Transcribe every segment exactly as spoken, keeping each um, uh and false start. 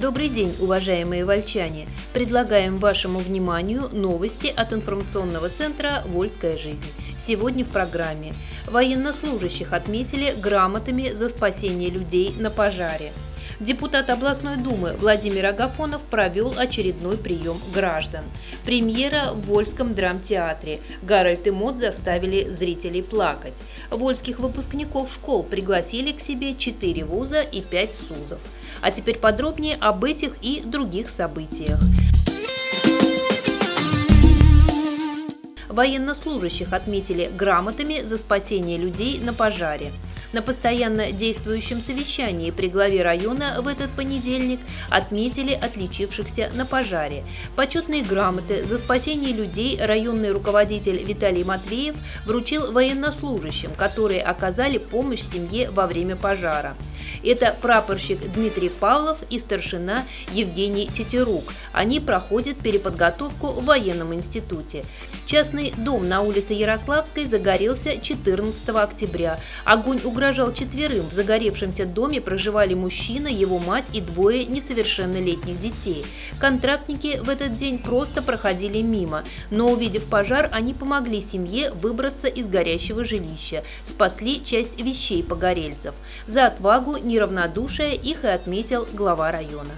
Добрый день, уважаемые вольчане! Предлагаем вашему вниманию новости от информационного центра «Вольская жизнь». Сегодня в программе военнослужащих отметили грамотами за спасение людей на пожаре. Депутат областной думы Владимир Агафонов провел очередной прием граждан. Премьера в Вольском драмтеатре. Гарольд и Мод заставили зрителей плакать. Вольских выпускников школ пригласили к себе четыре вуза и пять СУЗов. А теперь подробнее об этих и других событиях. Военнослужащих отметили грамотами за спасение людей на пожаре. На постоянно действующем совещании при главе района в этот понедельник отметили отличившихся на пожаре. Почетные грамоты за спасение людей районный руководитель Виталий Матвеев вручил военнослужащим, которые оказали помощь семье во время пожара. Это прапорщик Дмитрий Павлов и старшина Евгений Тетерук. Они проходят переподготовку в военном институте. Частный дом на улице Ярославской загорелся четырнадцатого октября. Огонь угрожал четверым. В загоревшемся доме проживали мужчина, его мать и двое несовершеннолетних детей. Контрактники в этот день просто проходили мимо, но, увидев пожар, они помогли семье выбраться из горящего жилища, спасли часть вещей погорельцев. За отвагу, неравнодушие их и отметил глава района.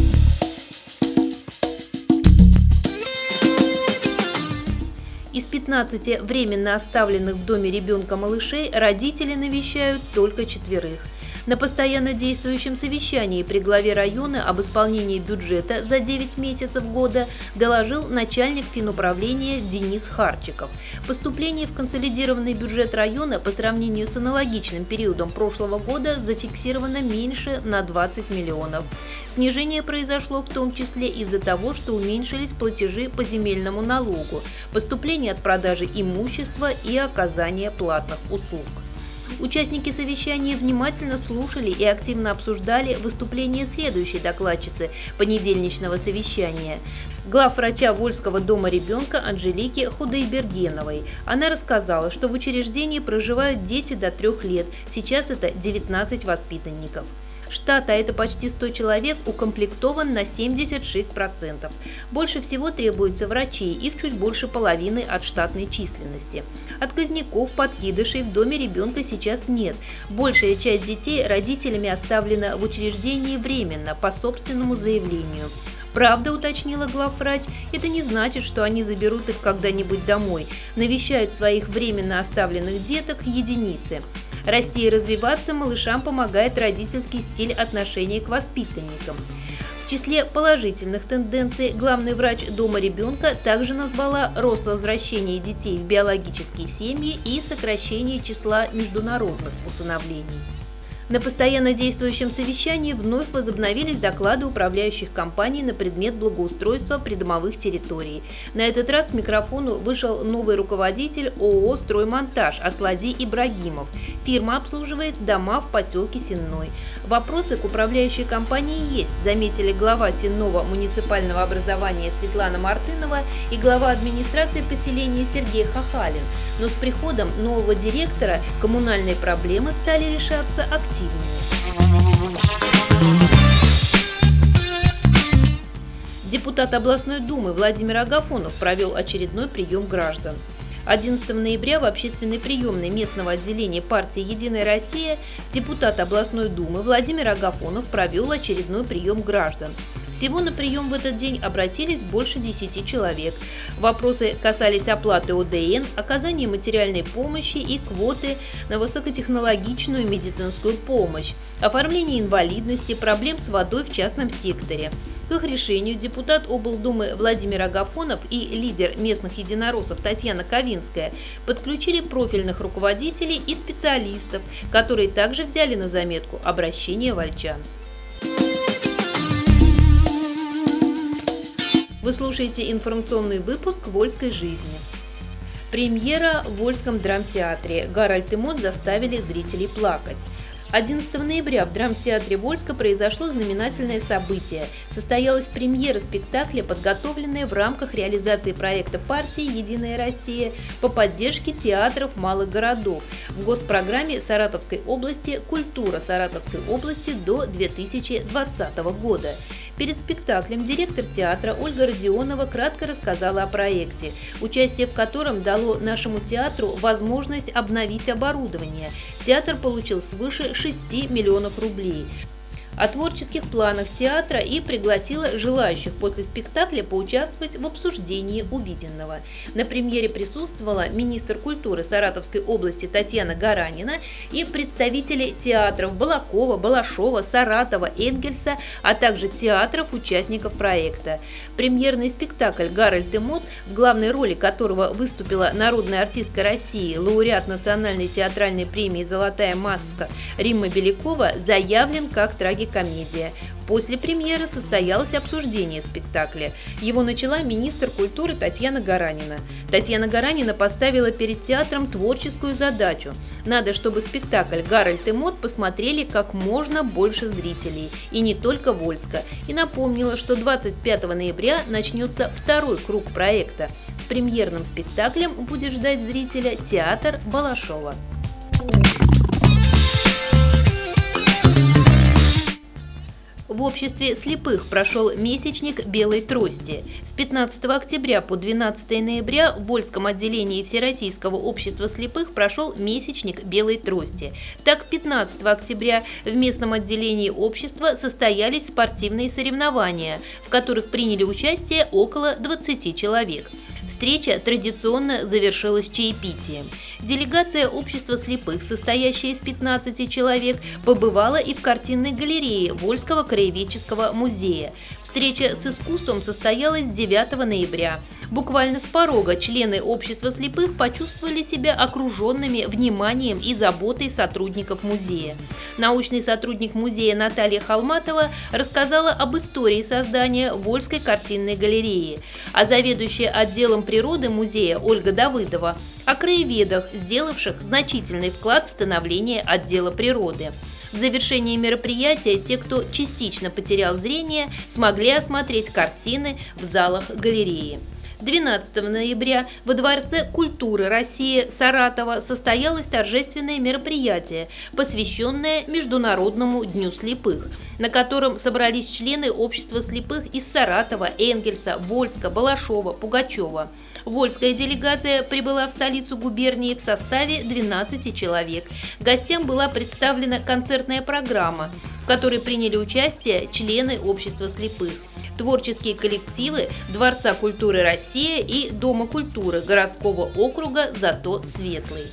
Из пятнадцати временно оставленных в доме ребенка малышей родители навещают только четверых. На постоянно действующем совещании при главе района об исполнении бюджета за девять месяцев года доложил начальник финуправления Денис Харчиков. Поступление в консолидированный бюджет района по сравнению с аналогичным периодом прошлого года зафиксировано меньше на двадцать миллионов. Снижение произошло в том числе из-за того, что уменьшились платежи по земельному налогу, поступление от продажи имущества и оказания платных услуг. Участники совещания внимательно слушали и активно обсуждали выступление следующей докладчицы понедельничного совещания – главврача Вольского дома ребенка Анжелики Худайбергеновой. Она рассказала, что в учреждении проживают дети до трех лет, сейчас это девятнадцать воспитанников. Штат, а это почти сто человек, укомплектован на семьдесят шесть процентов. Больше всего требуется врачей, их чуть больше половины от штатной численности. Отказников, подкидышей в доме ребенка сейчас нет. Большая часть детей родителями оставлена в учреждении временно, по собственному заявлению. Правда, уточнила главврач, это не значит, что они заберут их когда-нибудь домой. Навещают своих временно оставленных деток единицы. Расти и развиваться малышам помогает родительский стиль отношения к воспитанникам. В числе положительных тенденций главный врач дома ребенка также назвала рост возвращения детей в биологические семьи и сокращение числа международных усыновлений. На постоянно действующем совещании вновь возобновились доклады управляющих компаний на предмет благоустройства придомовых территорий. На этот раз к микрофону вышел новый руководитель ООО «Строймонтаж» Аслади Ибрагимов. Фирма обслуживает дома в поселке Сенной. Вопросы к управляющей компании есть, заметили глава Сенного муниципального образования Светлана Мартынова и глава администрации поселения Сергей Хахалин. Но с приходом нового директора коммунальные проблемы стали решаться активнее. Депутат областной думы Владимир Агафонов провел очередной прием граждан. одиннадцатого ноября в общественной приемной местного отделения партии «Единая Россия» депутат областной думы Владимир Агафонов провел очередной прием граждан. Всего на прием в этот день обратились больше десяти человек. Вопросы касались оплаты О Д Н, оказания материальной помощи и квоты на высокотехнологичную медицинскую помощь, оформления инвалидности, проблем с водой в частном секторе. К их решению депутат облдумы Владимир Агафонов и лидер местных единороссов Татьяна Ковинская подключили профильных руководителей и специалистов, которые также взяли на заметку обращение вольчан. Вы слушаете информационный выпуск «Вольской жизни». Премьера в Вольском драмтеатре. Гарольд и Мод заставили зрителей плакать. одиннадцатого ноября в драмтеатре Вольска произошло знаменательное событие. Состоялась премьера спектакля, подготовленная в рамках реализации проекта партии «Единая Россия» по поддержке театров малых городов в госпрограмме Саратовской области «Культура Саратовской области до две тысячи двадцатого года». Перед спектаклем директор театра Ольга Родионова кратко рассказала о проекте, участие в котором дало нашему театру возможность обновить оборудование. Театр получил свыше шести миллионов рублей. О творческих планах театра и пригласила желающих после спектакля поучаствовать в обсуждении увиденного. На премьере присутствовала министр культуры Саратовской области Татьяна Гаранина и представители театров Балакова, Балашова, Саратова, Энгельса, а также театров, участников проекта. Премьерный спектакль «Гарольд и Мод», в главной роли которого выступила народная артистка России, лауреат национальной театральной премии «Золотая маска» Римма Белякова, заявлен как трагикомедия. После премьеры состоялось обсуждение спектакля. Его начала министр культуры Татьяна Гаранина. Татьяна Гаранина поставила перед театром творческую задачу. Надо, чтобы спектакль «Гарольд и Мод» посмотрели как можно больше зрителей, и не только Вольска. И напомнила, что двадцать пятого ноября начнется второй круг проекта. С премьерным спектаклем будет ждать зрителя театр Балашова. В обществе слепых прошел месячник белой трости. С пятнадцатого октября по двенадцатое ноября в Вольском отделении Всероссийского общества слепых прошел месячник белой трости. Так, пятнадцатого октября в местном отделении общества состоялись спортивные соревнования, в которых приняли участие около двадцати человек. Встреча традиционно завершилась чаепитием. Делегация общества слепых, состоящая из пятнадцати человек, побывала и в картинной галерее Вольского краеведческого музея. Встреча с искусством состоялась девятого ноября. Буквально с порога члены общества слепых почувствовали себя окруженными вниманием и заботой сотрудников музея. Научный сотрудник музея Наталья Холматова рассказала об истории создания Вольской картинной галереи, а заведующая отделом природы музея Ольга Давыдова о краеведах, сделавших значительный вклад в становление отдела природы. В завершении мероприятия те, кто частично потерял зрение, смогли осмотреть картины в залах галереи. двенадцатого ноября во Дворце культуры России Саратова состоялось торжественное мероприятие, посвященное Международному дню слепых, на котором собрались члены общества слепых из Саратова, Энгельса, Вольска, Балашова, Пугачева. Вольская делегация прибыла в столицу губернии в составе двенадцати человек. Гостям была представлена концертная программа, в которой приняли участие члены общества слепых, творческие коллективы Дворца культуры России и Дома культуры городского округа «Зато светлый».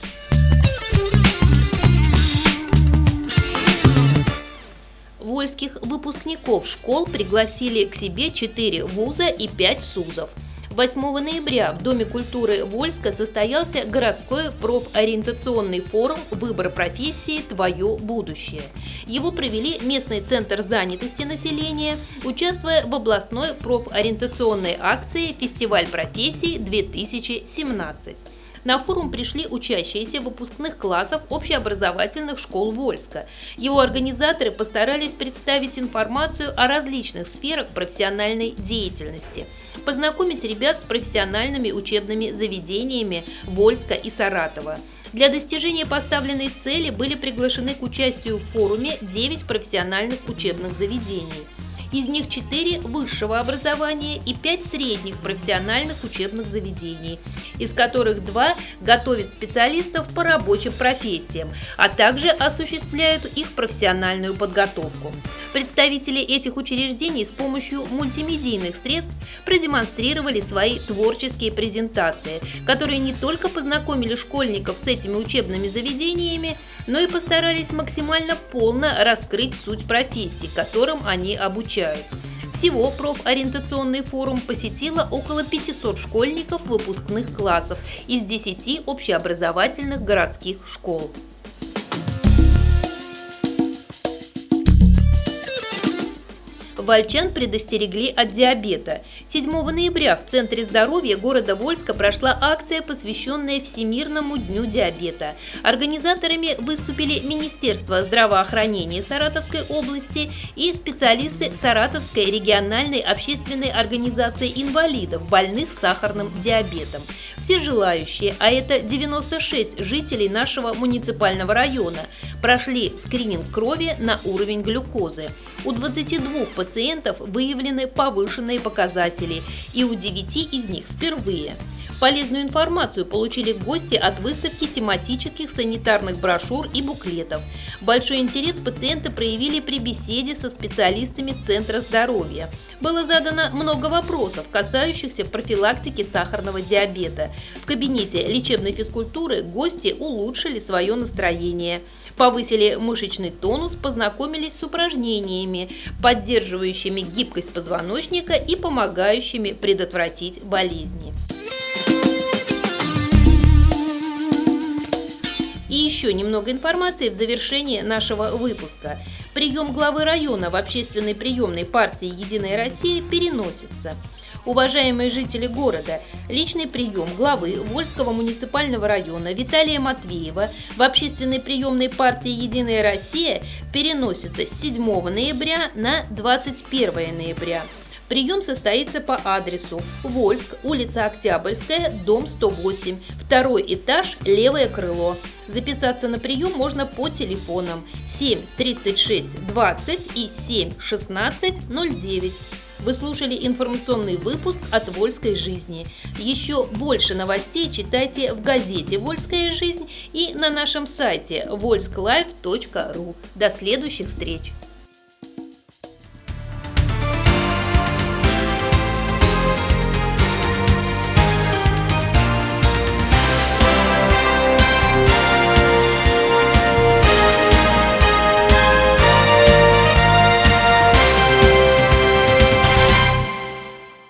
Вольских выпускников школ пригласили к себе четыре вуза и пять СУЗов. восьмого ноября в Доме культуры Вольска состоялся городской профориентационный форум «Выбор профессии. Твое будущее». Его провели местный центр занятости населения, участвуя в областной профориентационной акции «Фестиваль профессий-две тысячи семнадцать». На форум пришли учащиеся выпускных классов общеобразовательных школ Вольска. Его организаторы постарались представить информацию о различных сферах профессиональной деятельности, познакомить ребят с профессиональными учебными заведениями Вольска и Саратова. Для достижения поставленной цели были приглашены к участию в форуме девять профессиональных учебных заведений. Из них четыре высшего образования и пять средних профессиональных учебных заведений, из которых два готовят специалистов по рабочим профессиям, а также осуществляют их профессиональную подготовку. Представители этих учреждений с помощью мультимедийных средств продемонстрировали свои творческие презентации, которые не только познакомили школьников с этими учебными заведениями, но и постарались максимально полно раскрыть суть профессий, которым они обучают. Всего профориентационный форум посетило около пятисот школьников выпускных классов из десяти общеобразовательных городских школ. Вольчан предостерегли от диабета. седьмого ноября в Центре здоровья города Вольска прошла акция, посвященная Всемирному дню диабета. Организаторами выступили Министерство здравоохранения Саратовской области и специалисты Саратовской региональной общественной организации инвалидов, больных сахарным диабетом. Все желающие, а это девяносто шесть жителей нашего муниципального района, прошли скрининг крови на уровень глюкозы. У двадцати двух пациентов выявлены повышенные показатели, и у девяти из них впервые. Полезную информацию получили гости от выставки тематических санитарных брошюр и буклетов. Большой интерес пациенты проявили при беседе со специалистами Центра здоровья. Было задано много вопросов, касающихся профилактики сахарного диабета. В кабинете лечебной физкультуры гости улучшили свое настроение, повысили мышечный тонус, познакомились с упражнениями, поддерживающими гибкость позвоночника и помогающими предотвратить болезни. И еще немного информации в завершении нашего выпуска. Прием главы района в общественной приемной партии «Единая Россия» переносится. Уважаемые жители города, личный прием главы Вольского муниципального района Виталия Матвеева в общественной приемной партии «Единая Россия» переносится с седьмого ноября на двадцать первое ноября. Прием состоится по адресу Вольск, улица Октябрьская, дом сто восемь, второй этаж, левое крыло. Записаться на прием можно по телефонам семь тридцать шесть двадцать и семь шестнадцать ноль девять. Вы слушали информационный выпуск от «Вольской жизни». Еще больше новостей читайте в газете «Вольская жизнь» и на нашем сайте вольсклайф точка ру. До следующих встреч!